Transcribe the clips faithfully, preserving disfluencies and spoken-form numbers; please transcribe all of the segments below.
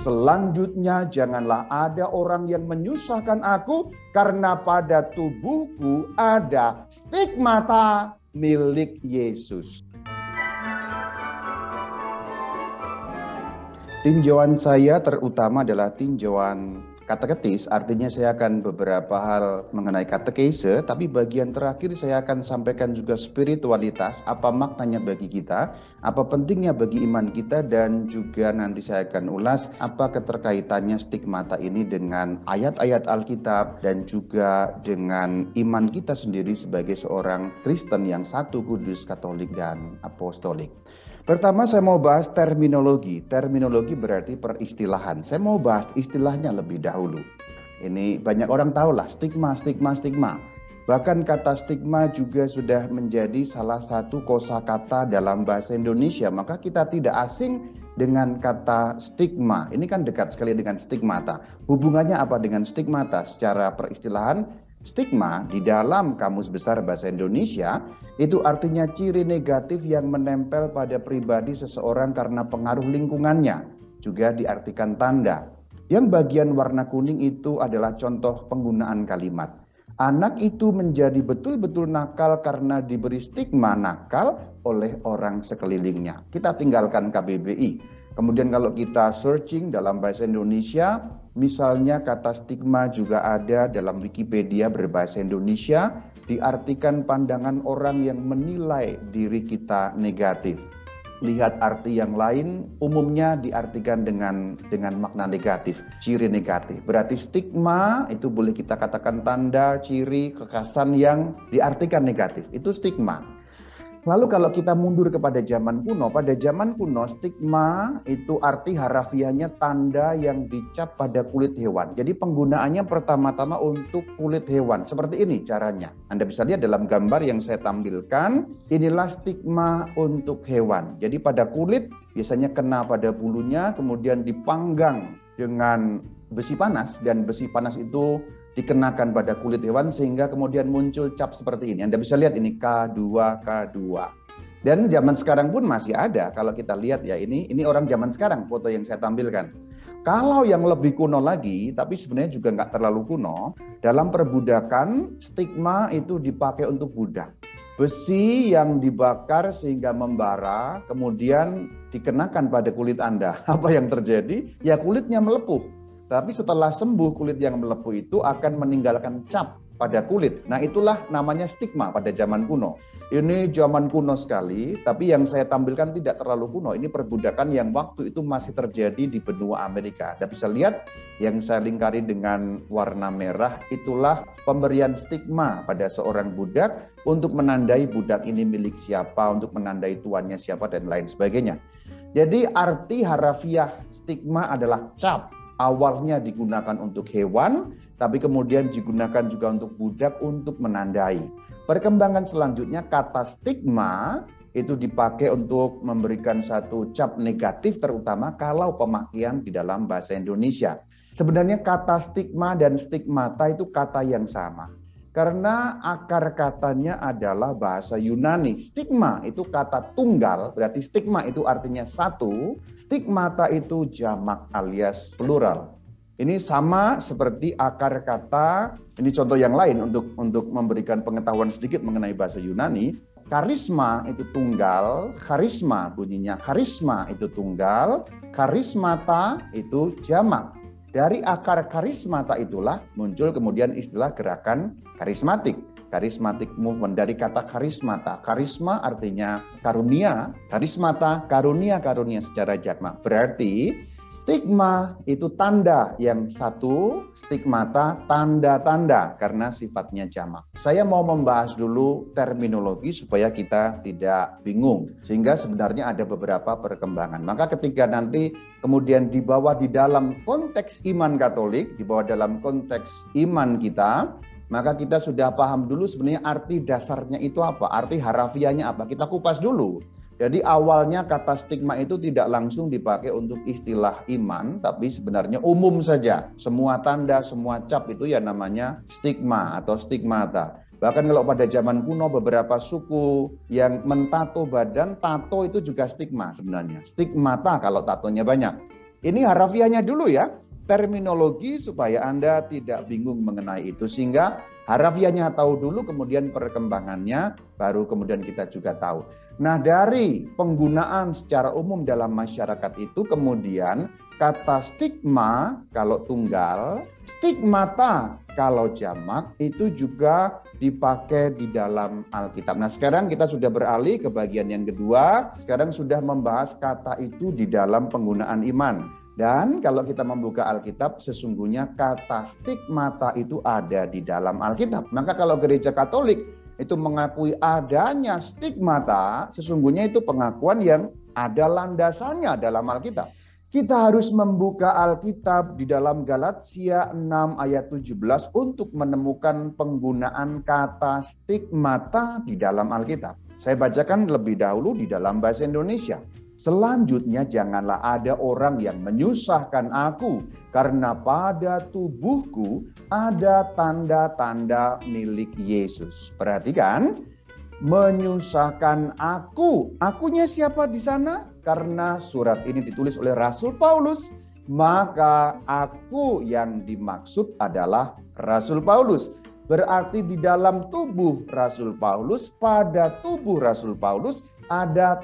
Selanjutnya, janganlah ada orang yang menyusahkan aku, karena pada tubuhku ada stigmata milik Yesus. Tinjauan saya terutama adalah tinjauan kateketis, artinya saya akan beberapa hal mengenai katekese, tapi bagian terakhir saya akan sampaikan juga spiritualitas, apa maknanya bagi kita, apa pentingnya bagi iman kita, dan juga nanti saya akan ulas apa keterkaitannya stigmata ini dengan ayat-ayat Alkitab dan juga dengan iman kita sendiri sebagai seorang Kristen yang satu, kudus, katolik, dan apostolik. Pertama saya mau bahas terminologi. Terminologi berarti peristilahan. Saya mau bahas istilahnya lebih dahulu. Ini banyak orang tahu lah, stigma, stigma, stigma. Bahkan kata stigma juga sudah menjadi salah satu kosakata dalam bahasa Indonesia. Maka kita tidak asing dengan kata stigma. Ini kan dekat sekali dengan stigmata. Hubungannya apa dengan stigmata? Secara peristilahan, stigma di dalam Kamus Besar Bahasa Indonesia itu artinya ciri negatif yang menempel pada pribadi seseorang karena pengaruh lingkungannya. Juga diartikan tanda. Yang bagian warna kuning itu adalah contoh penggunaan kalimat. Anak itu menjadi betul-betul nakal karena diberi stigma nakal oleh orang sekelilingnya. Kita tinggalkan K B B I. Kemudian kalau kita searching dalam bahasa Indonesia, misalnya kata stigma juga ada dalam Wikipedia berbahasa Indonesia, diartikan pandangan orang yang menilai diri kita negatif. Lihat arti yang lain, umumnya diartikan dengan dengan makna negatif, ciri negatif. Berarti stigma itu boleh kita katakan tanda, ciri, kekhasan yang diartikan negatif. Itu stigma. Lalu kalau kita mundur kepada zaman kuno, pada zaman kuno stigma itu arti harafiahnya tanda yang dicap pada kulit hewan. Jadi penggunaannya pertama-tama untuk kulit hewan. Seperti ini caranya. Anda bisa lihat dalam gambar yang saya tampilkan, inilah stigma untuk hewan. Jadi pada kulit biasanya kena pada bulunya, kemudian dipanggang dengan besi panas, dan besi panas itu dikenakan pada kulit hewan sehingga kemudian muncul cap seperti ini. Anda bisa lihat ini K dua K dua. Dan zaman sekarang pun masih ada. Kalau kita lihat ya, ini ini orang zaman sekarang foto yang saya tampilkan. Kalau yang lebih kuno lagi, tapi sebenarnya juga nggak terlalu kuno, dalam perbudakan stigma itu dipakai untuk budak. Besi yang dibakar sehingga membara, kemudian dikenakan pada kulit Anda. Apa yang terjadi? Ya kulitnya melepuh. Tapi setelah sembuh, kulit yang melepuh itu akan meninggalkan cap pada kulit. Nah itulah namanya stigma pada zaman kuno. Ini zaman kuno sekali, tapi yang saya tampilkan tidak terlalu kuno. Ini perbudakan yang waktu itu masih terjadi di benua Amerika. Anda bisa lihat yang saya lingkari dengan warna merah, itulah pemberian stigma pada seorang budak untuk menandai budak ini milik siapa, untuk menandai tuannya siapa, dan lain sebagainya. Jadi arti harafiah stigma adalah cap. Awalnya digunakan untuk hewan, tapi kemudian digunakan juga untuk budak untuk menandai. Perkembangan selanjutnya kata stigma itu dipakai untuk memberikan satu cap negatif, terutama kalau pemakaian di dalam bahasa Indonesia. Sebenarnya kata stigma dan stigmata itu kata yang sama. Karena akar katanya adalah bahasa Yunani. Stigma itu kata tunggal, berarti stigma itu artinya satu, stigmata itu jamak alias plural. Ini sama seperti akar kata, ini contoh yang lain untuk untuk memberikan pengetahuan sedikit mengenai bahasa Yunani. Karisma itu tunggal, karisma bunyinya karisma itu tunggal, karismata itu jamak. Dari akar karismata itulah muncul kemudian istilah gerakan karismatik. Karismatik movement dari kata karismata. Karisma artinya karunia, karismata karunia-karunia secara jamak. Berarti stigma itu tanda yang satu, stigmata tanda-tanda karena sifatnya jamak. Saya mau membahas dulu terminologi supaya kita tidak bingung. Sehingga sebenarnya ada beberapa perkembangan. Maka ketika nanti kemudian dibawa di dalam konteks iman Katolik, dibawa dalam konteks iman kita, maka kita sudah paham dulu sebenarnya arti dasarnya itu apa, arti harafiahnya apa. Kita kupas dulu. Jadi awalnya kata stigma itu tidak langsung dipakai untuk istilah iman, tapi sebenarnya umum saja. Semua tanda, semua cap itu ya namanya stigma atau stigmata. Bahkan kalau pada zaman kuno beberapa suku yang mentato badan, tato itu juga stigma sebenarnya. Stigmata kalau tatonya banyak. Ini harafiahnya dulu ya, terminologi supaya Anda tidak bingung mengenai itu, sehingga harafiahnya tahu dulu, kemudian perkembangannya baru kemudian kita juga tahu. Nah, dari penggunaan secara umum dalam masyarakat itu kemudian kata stigma kalau tunggal, stigmata kalau jamak itu juga dipakai di dalam Alkitab. Nah, sekarang kita sudah beralih ke bagian yang kedua. Sekarang sudah membahas kata itu di dalam penggunaan iman. Dan kalau kita membuka Alkitab, sesungguhnya kata stigmata itu ada di dalam Alkitab. Maka kalau gereja Katolik itu mengakui adanya stigmata, sesungguhnya itu pengakuan yang ada landasannya dalam Alkitab. Kita harus membuka Alkitab di dalam Galatia enam ayat tujuh belas untuk menemukan penggunaan kata stigmata di dalam Alkitab. Saya bacakan lebih dahulu di dalam bahasa Indonesia. Selanjutnya, janganlah ada orang yang menyusahkan aku, karena pada tubuhku ada tanda-tanda milik Yesus. Perhatikan, menyusahkan aku. Akunya siapa di sana? Karena surat ini ditulis oleh Rasul Paulus, maka aku yang dimaksud adalah Rasul Paulus. Berarti di dalam tubuh Rasul Paulus, pada tubuh Rasul Paulus ada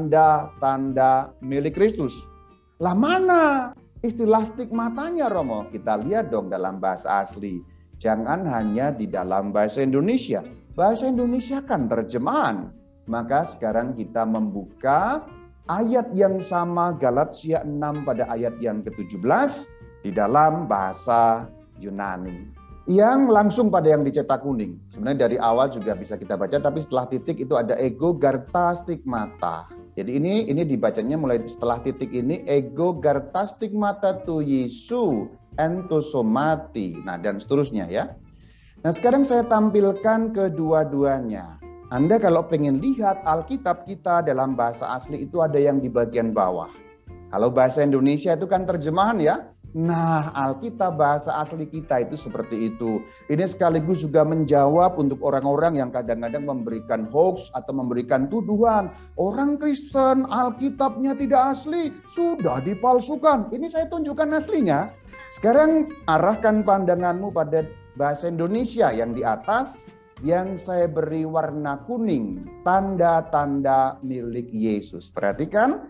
tanda-tanda milik Kristus. Lah mana istilah stigmatanya, Romo? Kita lihat dong dalam bahasa asli. Jangan hanya di dalam bahasa Indonesia. Bahasa Indonesia kan terjemahan. Maka sekarang kita membuka ayat yang sama Galatia enam pada ayat yang ke tujuh belas di dalam bahasa Yunani. Yang langsung pada yang dicetak kuning. Sebenarnya dari awal juga bisa kita baca, tapi setelah titik itu ada ego garta stigmata. Jadi ini ini dibacanya mulai setelah titik ini, ego garta stigmata tu Yesu entosomati. Nah, dan seterusnya ya. Nah, sekarang saya tampilkan kedua-duanya. Anda kalau pengen lihat Alkitab kita dalam bahasa asli itu ada yang di bagian bawah. Kalau bahasa Indonesia itu kan terjemahan ya. Nah, Alkitab bahasa asli kita itu seperti itu. Ini sekaligus juga menjawab untuk orang-orang yang kadang-kadang memberikan hoax atau memberikan tuduhan. Orang Kristen Alkitabnya tidak asli, sudah dipalsukan. Ini saya tunjukkan aslinya. Sekarang arahkan pandanganmu pada bahasa Indonesia yang di atas, yang saya beri warna kuning, tanda-tanda milik Yesus. Perhatikan,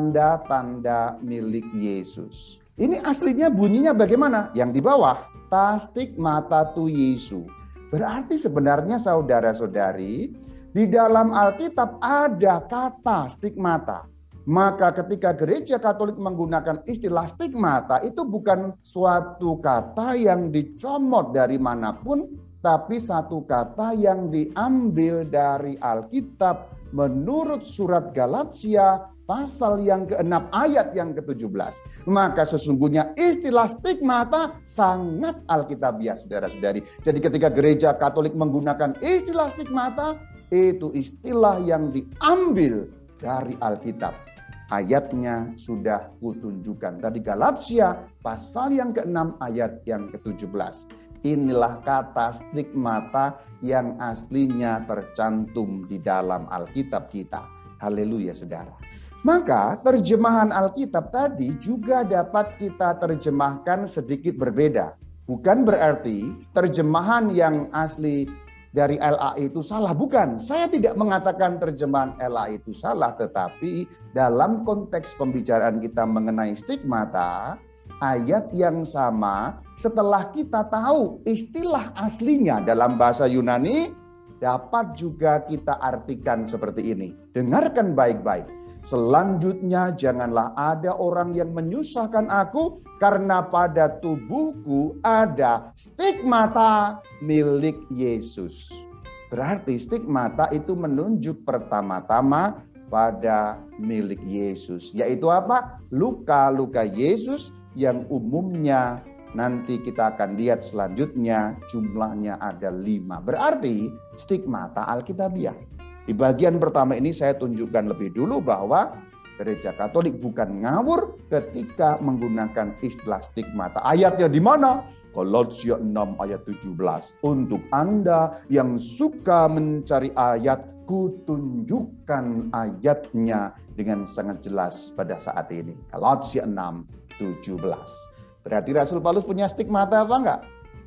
tanda-tanda milik Yesus. Ini aslinya bunyinya bagaimana? Yang di bawah, ta stigmata tu Yesu. Berarti sebenarnya saudara-saudari, di dalam Alkitab ada kata stigmata. Maka ketika gereja Katolik menggunakan istilah stigmata, itu bukan suatu kata yang dicomot dari manapun, tapi satu kata yang diambil dari Alkitab menurut surat Galatia pasal yang keenam ayat yang ke tujuh belas. Maka sesungguhnya istilah stigmata sangat alkitabiah, saudara-saudari. Jadi ketika gereja Katolik menggunakan istilah stigmata, itu istilah yang diambil dari Alkitab. Ayatnya sudah kutunjukkan. Tadi Galatia pasal yang keenam ayat yang ke tujuh belas. Inilah kata stigmata yang aslinya tercantum di dalam Alkitab kita. Haleluya, saudara. Maka terjemahan Alkitab tadi juga dapat kita terjemahkan sedikit berbeda. Bukan berarti terjemahan yang asli dari L A itu salah, bukan. Saya tidak mengatakan terjemahan L A itu salah, tetapi dalam konteks pembicaraan kita mengenai stigmata, ayat yang sama setelah kita tahu istilah aslinya dalam bahasa Yunani, dapat juga kita artikan seperti ini. Dengarkan baik-baik. Selanjutnya, janganlah ada orang yang menyusahkan aku, karena pada tubuhku ada stigmata milik Yesus. Berarti stigmata itu menunjuk pertama-tama pada milik Yesus. Yaitu apa? Luka-luka Yesus yang umumnya nanti kita akan lihat selanjutnya jumlahnya ada lima. Berarti stigmata Alkitabiah. Di bagian pertama ini saya tunjukkan lebih dulu bahwa gereja Katolik bukan ngawur ketika menggunakan istilah stigmata. Ayatnya di mana? Galatia enam ayat tujuh belas. Untuk Anda yang suka mencari ayat, kutunjukkan ayatnya dengan sangat jelas pada saat ini. Galatia enam tujuh belas. Berarti Rasul Paulus punya stigmata apa enggak?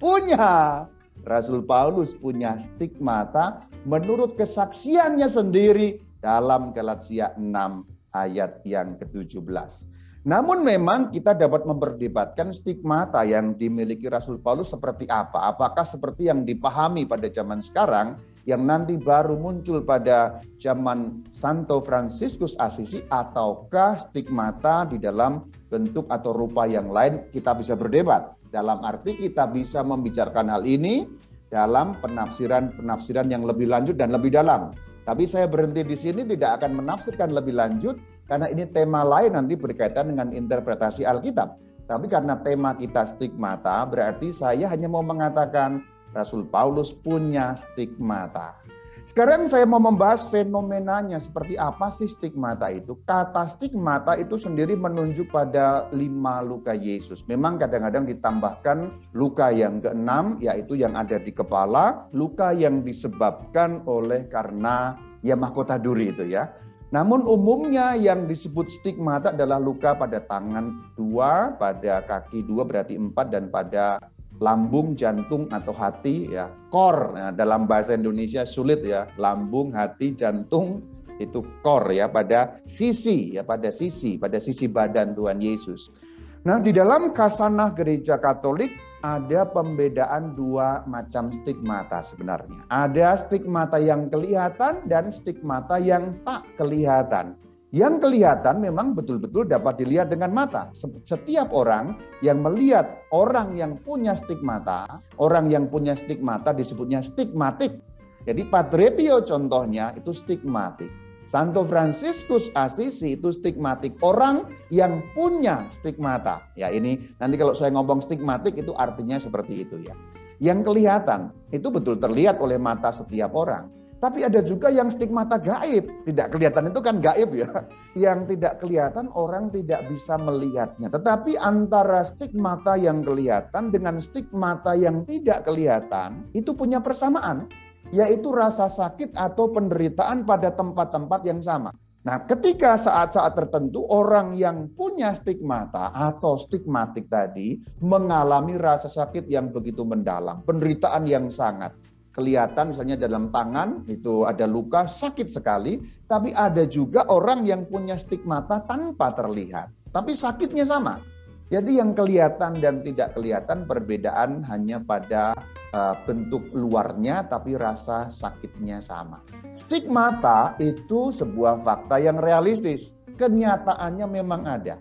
Punya. Rasul Paulus punya stigmata menurut kesaksiannya sendiri dalam Galatia enam ayat yang ke tujuh belas. Namun memang kita dapat memperdebatkan stigmata yang dimiliki Rasul Paulus seperti apa. Apakah seperti yang dipahami pada zaman sekarang, yang nanti baru muncul pada zaman Santo Fransiskus Assisi, ataukah stigmata di dalam bentuk atau rupa yang lain? Kita bisa berdebat. Dalam arti kita bisa membicarakan hal ini dalam penafsiran-penafsiran yang lebih lanjut dan lebih dalam. Tapi saya berhenti di sini, tidak akan menafsirkan lebih lanjut, karena ini tema lain nanti berkaitan dengan interpretasi Alkitab. Tapi karena tema kita stigmata, berarti saya hanya mau mengatakan Rasul Paulus punya stigmata. Sekarang saya mau membahas fenomenanya, seperti apa sih stigmata itu. Kata stigmata itu sendiri menunjuk pada lima luka Yesus. Memang kadang-kadang ditambahkan luka yang keenam, yaitu yang ada di kepala, luka yang disebabkan oleh karena ya mahkota duri itu ya. Namun umumnya yang disebut stigmata adalah luka pada tangan dua, pada kaki dua berarti empat, dan pada lambung, jantung atau hati ya, kor. Nah, dalam bahasa Indonesia sulit ya, lambung, hati, jantung itu kor ya, pada sisi ya, pada sisi, pada sisi badan Tuhan Yesus. Nah, di dalam kasanah gereja Katolik ada pembedaan dua macam stigmata sebenarnya. Ada stigmata yang kelihatan dan stigmata yang tak kelihatan. Yang kelihatan memang betul-betul dapat dilihat dengan mata. Setiap orang yang melihat orang yang punya stigmata, orang yang punya stigmata disebutnya stigmatik. Jadi Padre Pio contohnya itu stigmatik. Santo Fransiskus Assisi itu stigmatik, orang yang punya stigmata. Ya ini nanti kalau saya ngomong stigmatik itu artinya seperti itu ya. Yang kelihatan itu betul terlihat oleh mata setiap orang. Tapi ada juga yang stigmata gaib. Tidak kelihatan itu kan gaib ya. Yang tidak kelihatan orang tidak bisa melihatnya. Tetapi antara stigmata yang kelihatan dengan stigmata yang tidak kelihatan itu punya persamaan. Yaitu rasa sakit atau penderitaan pada tempat-tempat yang sama. Nah, ketika saat-saat tertentu orang yang punya stigmata atau stigmatik tadi mengalami rasa sakit yang begitu mendalam, penderitaan yang sangat kelihatan, misalnya dalam tangan itu ada luka sakit sekali, tapi ada juga orang yang punya stigmata tanpa terlihat, tapi sakitnya sama. Jadi yang kelihatan dan tidak kelihatan perbedaan hanya pada uh, bentuk luarnya, tapi rasa sakitnya sama. Stigmata itu sebuah fakta yang realistis. Kenyataannya memang ada.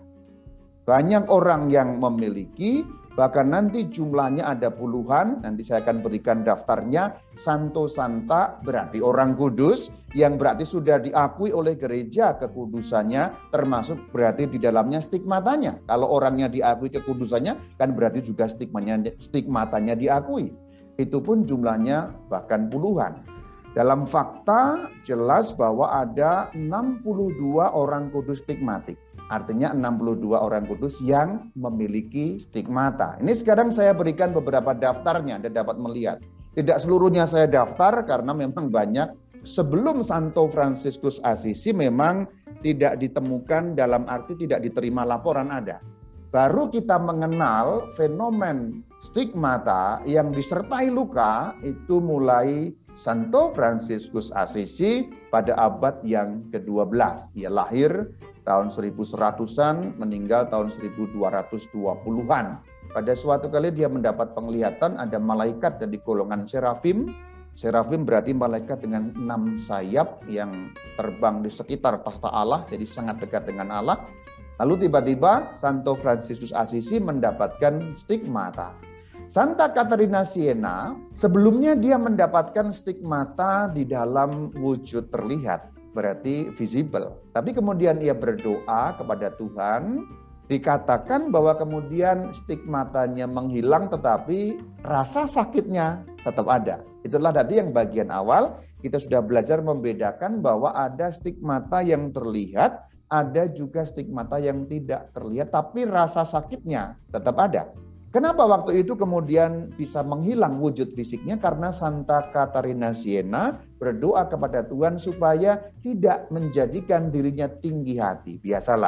Banyak orang yang memiliki, bahkan nanti jumlahnya ada puluhan, nanti saya akan berikan daftarnya. Santo Santa berarti orang kudus, yang berarti sudah diakui oleh gereja kekudusannya, termasuk berarti di dalamnya stigmatanya. Kalau orangnya diakui kekudusannya, kan berarti juga stigmatanya, stigmatanya diakui. Itu pun jumlahnya bahkan puluhan. Dalam fakta jelas bahwa ada enam puluh dua orang kudus stigmatik. Artinya enam puluh dua orang kudus yang memiliki stigmata. Ini sekarang saya berikan beberapa daftarnya, Anda dapat melihat. Tidak seluruhnya saya daftar karena memang banyak. Sebelum Santo Fransiskus Assisi memang tidak ditemukan, dalam arti tidak diterima laporan ada. Baru kita mengenal fenomen stigmata yang disertai luka itu mulai Santo Fransiskus Assisi pada abad yang kedua belas. Ia lahir tahun seribu seratusan, meninggal tahun seribu dua ratus dua puluhan. Pada suatu kali dia mendapat penglihatan ada malaikat dari golongan serafim. Serafim berarti malaikat dengan enam sayap yang terbang di sekitar tahta Allah, jadi sangat dekat dengan Allah. Lalu tiba-tiba Santo Fransiskus Assisi mendapatkan stigmata. Santa Katarina Siena, sebelumnya dia mendapatkan stigmata di dalam wujud terlihat, berarti visible. Tapi kemudian ia berdoa kepada Tuhan, dikatakan bahwa kemudian stigmatanya menghilang tetapi rasa sakitnya tetap ada. Itulah tadi yang bagian awal, kita sudah belajar membedakan bahwa ada stigmata yang terlihat, ada juga stigmata yang tidak terlihat, tapi rasa sakitnya tetap ada. Kenapa waktu itu kemudian bisa menghilang wujud fisiknya? Karena Santa Katarina Siena berdoa kepada Tuhan supaya tidak menjadikan dirinya tinggi hati. Biasalah,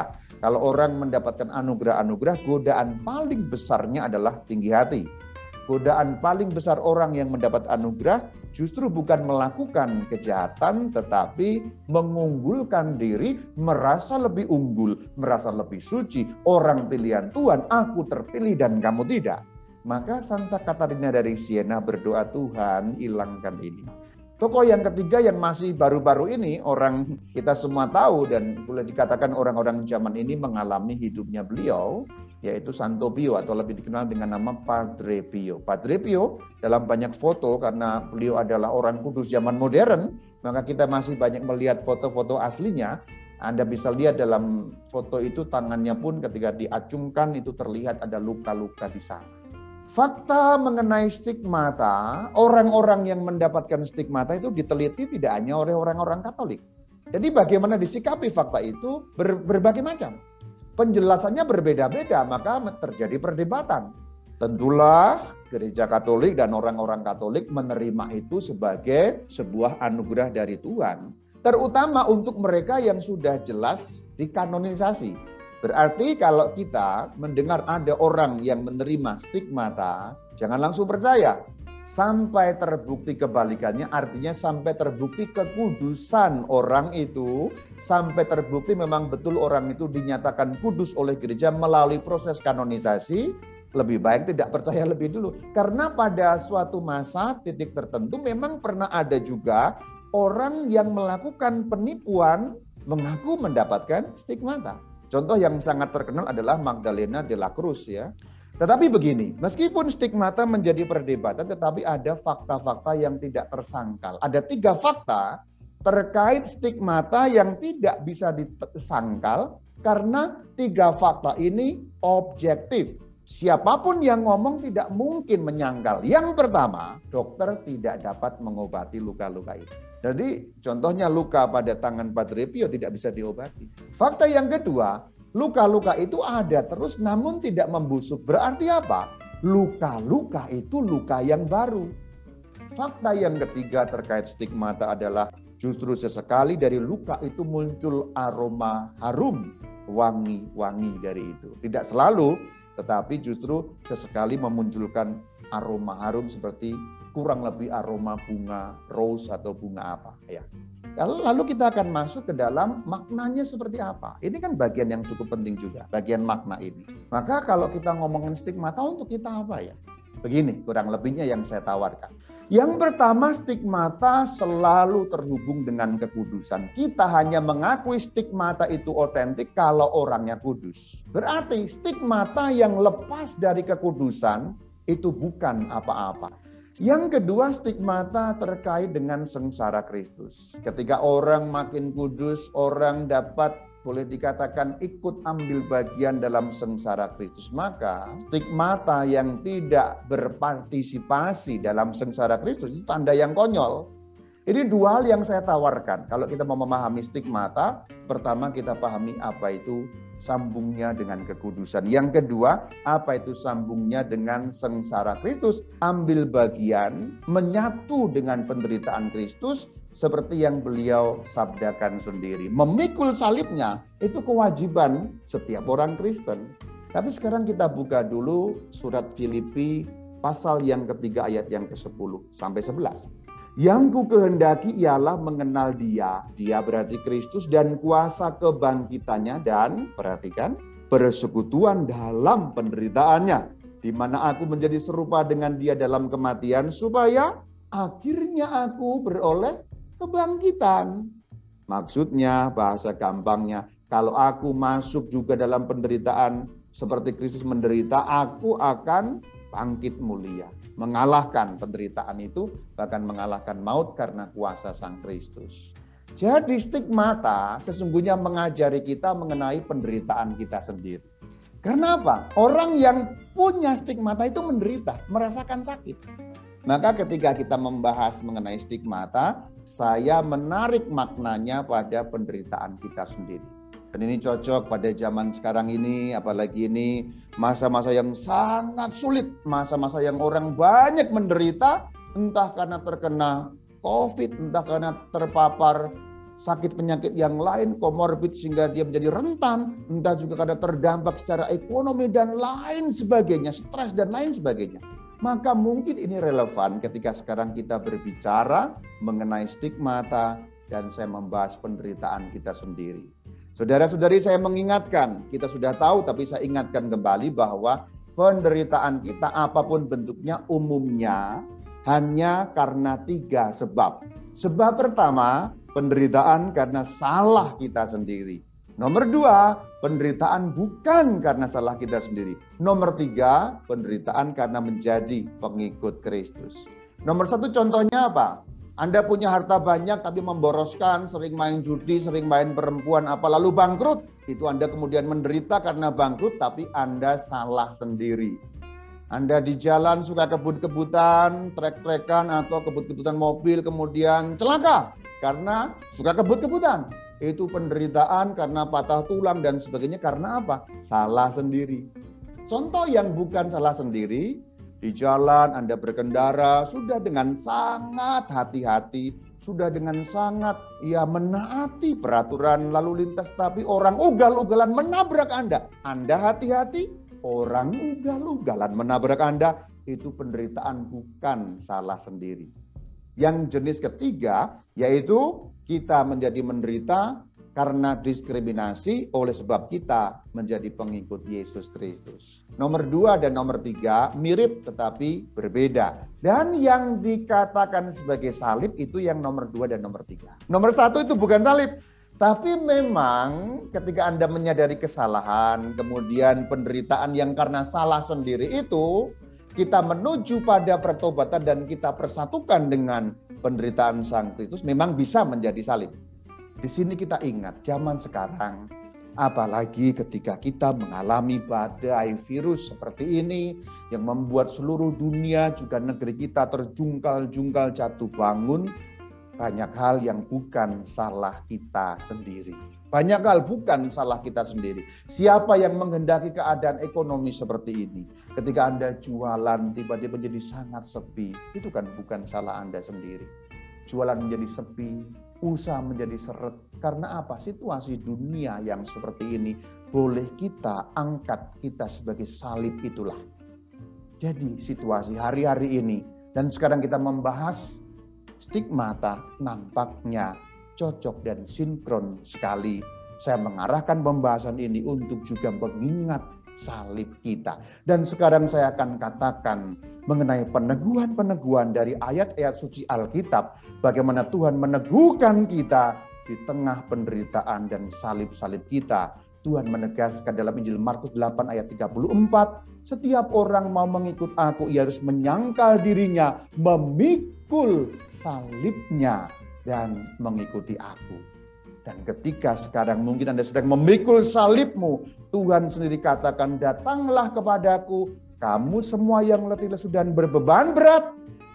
Kalau orang mendapatkan anugerah-anugerah, godaan paling besarnya adalah tinggi hati. Godaan paling besar orang yang mendapat anugerah justru bukan melakukan kejahatan, tetapi mengunggulkan diri, merasa lebih unggul, merasa lebih suci. Orang pilihan Tuhan, aku terpilih dan kamu tidak. Maka Santa Katarina dari Siena berdoa, Tuhan hilangkan ini. Tokoh yang ketiga yang masih baru-baru ini, orang kita semua tahu dan boleh dikatakan orang-orang zaman ini mengalami hidupnya beliau, yaitu Santo Pio atau lebih dikenal dengan nama Padre Pio. Padre Pio dalam banyak foto, karena beliau adalah orang kudus zaman modern, maka kita masih banyak melihat foto-foto aslinya. Anda bisa lihat dalam foto itu tangannya pun ketika diacungkan itu terlihat ada luka-luka di sana. Fakta mengenai stigmata, orang-orang yang mendapatkan stigmata itu diteliti tidak hanya oleh orang-orang Katolik. Jadi bagaimana disikapi fakta itu ber, berbagai macam. Penjelasannya berbeda-beda, maka terjadi perdebatan. Tentulah gereja Katolik dan orang-orang Katolik menerima itu sebagai sebuah anugerah dari Tuhan. Terutama untuk mereka yang sudah jelas dikanonisasi. Berarti kalau kita mendengar ada orang yang menerima stigmata, jangan langsung percaya. Sampai terbukti kebalikannya, artinya sampai terbukti kekudusan orang itu, sampai terbukti memang betul orang itu dinyatakan kudus oleh gereja melalui proses kanonisasi, lebih baik tidak percaya lebih dulu. Karena pada suatu masa titik tertentu memang pernah ada juga orang yang melakukan penipuan mengaku mendapatkan stigmata. Contoh yang sangat terkenal adalah Magdalena de la Cruz ya. Tetapi begini, meskipun stigmata menjadi perdebatan, tetapi ada fakta-fakta yang tidak tersangkal. Ada tiga fakta terkait stigmata yang tidak bisa disangkal karena tiga fakta ini objektif. Siapapun yang ngomong tidak mungkin menyangkal. Yang pertama, dokter tidak dapat mengobati luka-luka itu. Jadi contohnya luka pada tangan Padre Pio tidak bisa diobati. Fakta yang kedua, luka-luka itu ada terus namun tidak membusuk. Berarti apa? Luka-luka itu luka yang baru. Fakta yang ketiga terkait stigmata adalah justru sesekali dari luka itu muncul aroma harum, wangi-wangi dari itu. Tidak selalu, tetapi justru sesekali memunculkan aroma harum seperti kurang lebih aroma bunga rose atau bunga apa ya. Lalu kita akan masuk ke dalam maknanya seperti apa. Ini kan bagian yang cukup penting juga, bagian makna ini. Maka kalau kita ngomongin stigmata untuk kita apa ya? Begini kurang lebihnya yang saya tawarkan. Yang pertama, stigmata selalu terhubung dengan kekudusan. Kita hanya mengakui stigmata itu otentik kalau orangnya kudus. Berarti stigmata yang lepas dari kekudusan itu bukan apa-apa. Yang kedua, stigmata terkait dengan sengsara Kristus. Ketika orang makin kudus, orang dapat boleh dikatakan ikut ambil bagian dalam sengsara Kristus. Maka stigmata yang tidak berpartisipasi dalam sengsara Kristus itu tanda yang konyol. Ini dua hal yang saya tawarkan. Kalau kita mau memahami stigmata, pertama kita pahami apa itu sambungnya dengan kekudusan. Yang kedua, apa itu sambungnya dengan sengsara Kristus. Ambil bagian, menyatu dengan penderitaan Kristus, seperti yang beliau sabdakan sendiri. Memikul salibnya, itu kewajiban setiap orang Kristen. Tapi sekarang kita buka dulu surat Filipi, pasal yang ketiga ayat yang ke sepuluh sampai sebelas. Yang ku kehendaki ialah mengenal dia, dia berarti Kristus dan kuasa kebangkitannya dan perhatikan persekutuan dalam penderitaannya, di mana aku menjadi serupa dengan dia dalam kematian supaya akhirnya aku beroleh kebangkitan. Maksudnya bahasa gampangnya, kalau aku masuk juga dalam penderitaan seperti Kristus menderita, aku akan bangkit mulia. Mengalahkan penderitaan itu, bahkan mengalahkan maut karena kuasa Sang Kristus. Jadi stigmata sesungguhnya mengajari kita mengenai penderitaan kita sendiri. Karena apa? Orang yang punya stigmata itu menderita, merasakan sakit. Maka ketika kita membahas mengenai stigmata, saya menarik maknanya pada penderitaan kita sendiri. Dan ini cocok pada zaman sekarang ini, apalagi ini masa-masa yang sangat sulit, masa-masa yang orang banyak menderita, entah karena terkena COVID, entah karena terpapar sakit penyakit yang lain, komorbid sehingga dia menjadi rentan, entah juga karena terdampak secara ekonomi dan lain sebagainya, stres dan lain sebagainya. Maka mungkin ini relevan ketika sekarang kita berbicara mengenai stigmata dan saya membahas penderitaan kita sendiri. Saudara-saudari, saya mengingatkan, kita sudah tahu tapi saya ingatkan kembali bahwa penderitaan kita apapun bentuknya umumnya hanya karena tiga sebab. Sebab pertama, penderitaan karena salah kita sendiri. Nomor dua, penderitaan bukan karena salah kita sendiri. Nomor tiga, penderitaan karena menjadi pengikut Kristus. Nomor satu contohnya apa? Anda punya harta banyak tapi memboroskan, sering main judi, sering main perempuan, apa lalu bangkrut. Itu Anda kemudian menderita karena bangkrut, tapi Anda salah sendiri. Anda di jalan suka kebut-kebutan, trek-trekan atau kebut-kebutan mobil, kemudian celaka karena suka kebut-kebutan. Itu penderitaan karena patah tulang dan sebagainya. Karena apa? Salah sendiri. Contoh yang bukan salah sendiri, di jalan Anda berkendara sudah dengan sangat hati-hati, sudah dengan sangat ya menaati peraturan lalu lintas, tapi orang ugal-ugalan menabrak Anda. Anda hati-hati, orang ugal-ugalan menabrak Anda. Itu penderitaan bukan salah sendiri. Yang jenis ketiga yaitu kita menjadi menderita karena diskriminasi oleh sebab kita menjadi pengikut Yesus Kristus. Nomor dua dan nomor tiga mirip tetapi berbeda. Dan yang dikatakan sebagai salib itu yang nomor dua dan nomor tiga. Nomor satu itu bukan salib. Tapi memang ketika Anda menyadari kesalahan, kemudian penderitaan yang karena salah sendiri itu, kita menuju pada pertobatan dan kita persatukan dengan penderitaan Sang Kristus, memang bisa menjadi salib. Di sini kita ingat zaman sekarang, apalagi ketika kita mengalami badai virus seperti ini yang membuat seluruh dunia juga negeri kita terjungkal-jungkal jatuh bangun, banyak hal yang bukan salah kita sendiri. Banyak hal bukan salah kita sendiri. Siapa yang menghendaki keadaan ekonomi seperti ini? Ketika Anda jualan tiba-tiba jadi sangat sepi, itu kan bukan salah Anda sendiri. Jualan menjadi sepi, usaha menjadi seret. Karena apa? Situasi dunia yang seperti ini boleh kita angkat kita sebagai salib itulah. Jadi situasi hari-hari ini dan sekarang kita membahas stigmata nampaknya cocok dan sinkron sekali. Saya mengarahkan pembahasan ini untuk juga mengingat salib kita. Dan sekarang saya akan katakan mengenai peneguhan-peneguhan dari ayat-ayat suci Alkitab. Bagaimana Tuhan meneguhkan kita di tengah penderitaan dan salib-salib kita. Tuhan menegaskan dalam Injil Markus delapan ayat tiga puluh empat. Setiap orang mau mengikut aku, ia harus menyangkal dirinya, memikul salibnya dan mengikuti aku. Dan ketika sekarang mungkin Anda sedang memikul salibmu, Tuhan sendiri katakan, datanglah kepadaku, kamu semua yang letih lesu dan berbeban berat,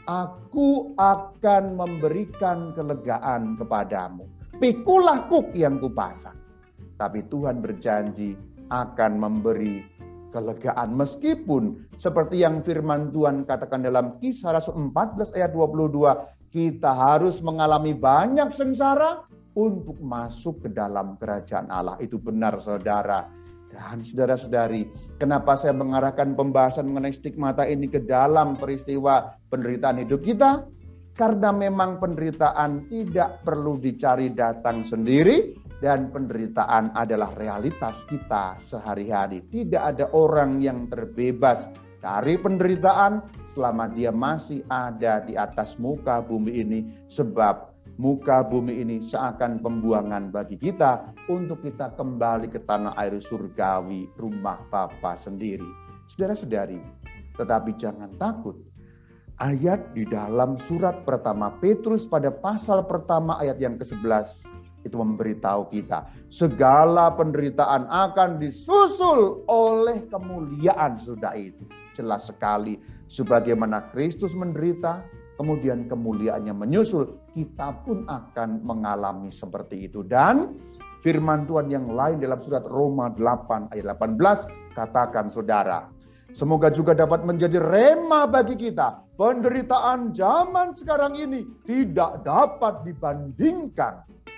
aku akan memberikan kelegaan kepadamu. Pikulah kuk yang kupasang. Tapi Tuhan berjanji akan memberi kelegaan meskipun seperti yang firman Tuhan katakan dalam Kisah Rasul empat belas ayat dua puluh dua, kita harus mengalami banyak sengsara untuk masuk ke dalam kerajaan Allah. Itu benar saudara. Dan saudara-saudari, kenapa saya mengarahkan pembahasan mengenai stigmata ini ke dalam peristiwa penderitaan hidup kita? Karena memang penderitaan tidak perlu dicari datang sendiri. Dan penderitaan adalah realitas kita sehari-hari. Tidak ada orang yang terbebas dari penderitaan selama dia masih ada di atas muka bumi ini. Sebab muka bumi ini seakan pembuangan bagi kita untuk kita kembali ke tanah air surgawi, rumah Bapa sendiri. Saudara-saudari, tetapi jangan takut. Ayat di dalam surat pertama Petrus pada pasal pertama ayat yang kesebelas itu memberitahu kita segala penderitaan akan disusul oleh kemuliaan. Sudah itu jelas sekali, sebagaimana Kristus menderita kemudian kemuliaannya menyusul, kita pun akan mengalami seperti itu. Dan firman Tuhan yang lain dalam surat Roma delapan ayat delapan belas katakan, saudara, semoga juga dapat menjadi rema bagi kita. Penderitaan zaman sekarang ini tidak dapat dibandingkan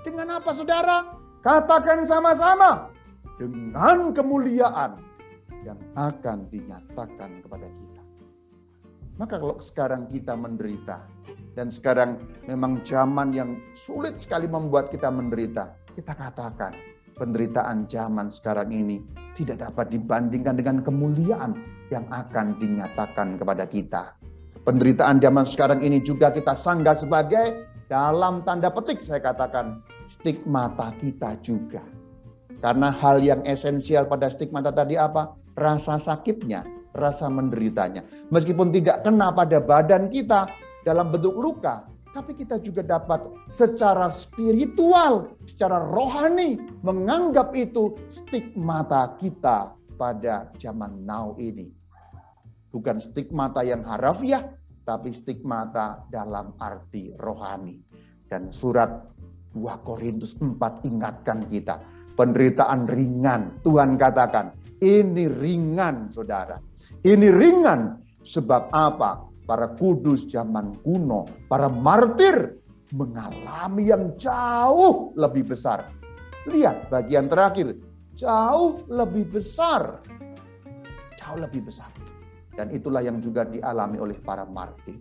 Dengan apa saudara? Katakan sama-sama. Dengan kemuliaan yang akan dinyatakan kepada kita. Maka kalau sekarang kita menderita, dan sekarang memang zaman yang sulit sekali membuat kita menderita, kita katakan penderitaan zaman sekarang ini tidak dapat dibandingkan dengan kemuliaan yang akan dinyatakan kepada kita. Penderitaan zaman sekarang ini juga kita sanggah sebagai, dalam tanda petik saya katakan, stigmata kita juga. Karena hal yang esensial pada stigmata tadi apa? Rasa sakitnya, rasa menderitanya. Meskipun tidak kena pada badan kita dalam bentuk luka, tapi kita juga dapat secara spiritual, secara rohani menganggap itu stigmata kita pada zaman now ini. Bukan stigmata yang harafiah, tapi stigmata dalam arti rohani. Dan surat dua Korintus empat ingatkan kita, penderitaan ringan. Tuhan katakan, ini ringan saudara. Ini ringan sebab apa? Para kudus zaman kuno, para martir mengalami yang jauh lebih besar. Lihat bagian terakhir, jauh lebih besar. Jauh lebih besar. Dan itulah yang juga dialami oleh para martir.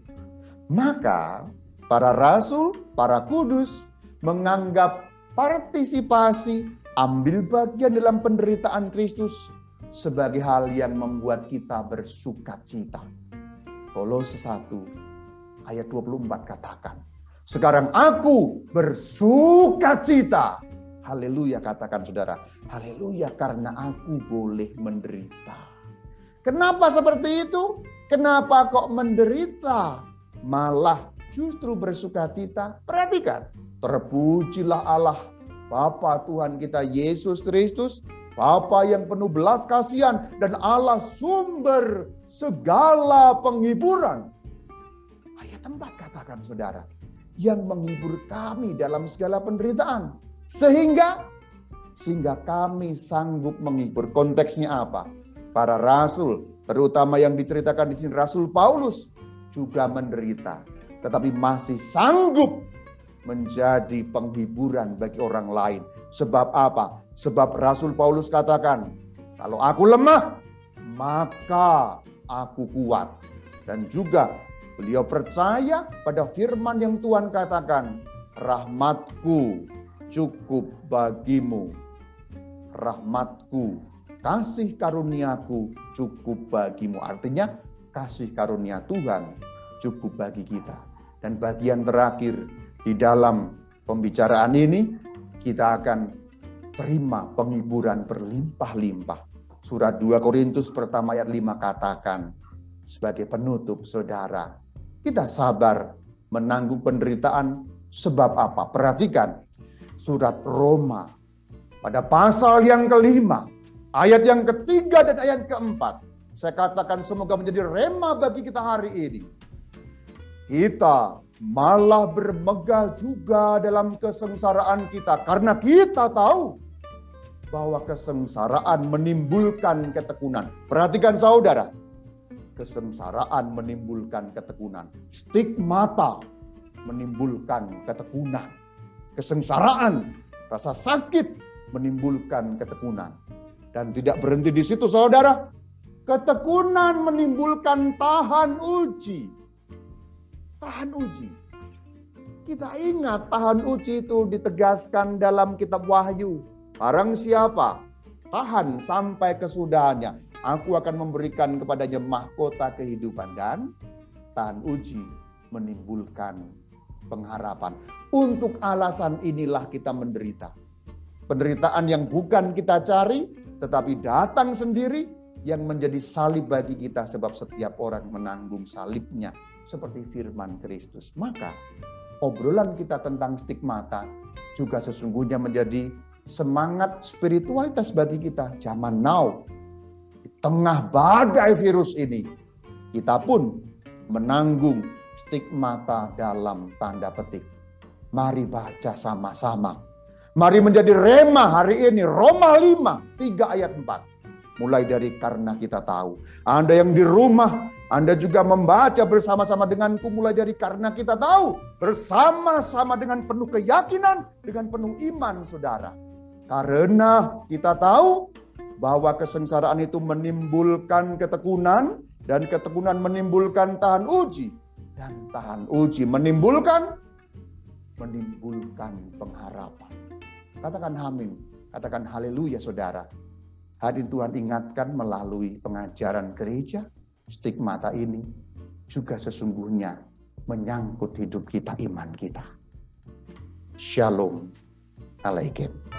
Maka para rasul, para kudus menganggap partisipasi, ambil bagian dalam penderitaan Kristus sebagai hal yang membuat kita bersukacita. Kolose satu ayat dua puluh empat katakan, sekarang aku bersukacita. Haleluya, katakan saudara. Haleluya, karena aku boleh menderita. Kenapa seperti itu? Kenapa kok menderita? Malah justru bersukacita. Perhatikan, terpujilah Allah Bapa Tuhan kita Yesus Kristus, Bapa yang penuh belas kasihan dan Allah sumber segala penghiburan. Ayat empat katakan saudara, yang menghibur kami dalam segala penderitaan. Sehingga sehingga kami sanggup menghibur. Konteksnya apa? Para rasul, terutama yang diceritakan di sini Rasul Paulus juga menderita, tetapi masih sanggup menjadi penghiburan bagi orang lain. Sebab apa? Sebab Rasul Paulus katakan, kalau aku lemah, maka aku kuat. Dan juga beliau percaya pada firman yang Tuhan katakan, rahmatku cukup bagimu. Rahmatku, kasih karuniaku cukup bagimu. Artinya kasih karunia Tuhan cukup bagi kita. Dan bagian terakhir di dalam pembicaraan ini, kita akan terima penghiburan berlimpah-limpah. Surat dua Korintus pertama ayat lima katakan, sebagai penutup saudara, kita sabar menanggung penderitaan sebab apa? Perhatikan surat Roma pada pasal yang kelima, ayat yang ketiga dan ayat keempat. Saya katakan semoga menjadi rema bagi kita hari ini. Kita malah bermegah juga dalam kesengsaraan kita, karena kita tahu bahwa kesengsaraan menimbulkan ketekunan. Perhatikan saudara, kesengsaraan menimbulkan ketekunan. Stigmata menimbulkan ketekunan. Kesengsaraan, rasa sakit menimbulkan ketekunan. Dan tidak berhenti di situ saudara. Ketekunan menimbulkan tahan uji. Tahan uji. Kita ingat tahan uji itu ditegaskan dalam kitab Wahyu. Barang siapa tahan sampai kesudahannya, aku akan memberikan kepadanya mahkota kehidupan. Dan tahan uji menimbulkan pengharapan. Untuk alasan inilah kita menderita. Penderitaan yang bukan kita cari, tetapi datang sendiri yang menjadi salib bagi kita. Sebab setiap orang menanggung salibnya seperti firman Kristus. Maka obrolan kita tentang stigmata juga sesungguhnya menjadi semangat spiritualitas bagi kita zaman now. Di tengah badai virus ini, kita pun menanggung stigmata dalam tanda petik. Mari baca sama-sama. Mari menjadi rema hari ini. Roma lima, tiga ayat empat. Mulai dari karena kita tahu. Anda yang di rumah Anda juga membaca bersama-sama denganku mulai dari karena kita tahu bersama-sama dengan penuh keyakinan, dengan penuh iman saudara. Karena kita tahu bahwa kesengsaraan itu menimbulkan ketekunan dan ketekunan menimbulkan tahan uji dan tahan uji menimbulkan menimbulkan pengharapan. Katakan amin, katakan haleluya saudara. Hadirin Tuhan ingatkan melalui pengajaran gereja, stigmata ini juga sesungguhnya menyangkut hidup kita, iman kita. Shalom Alaikum.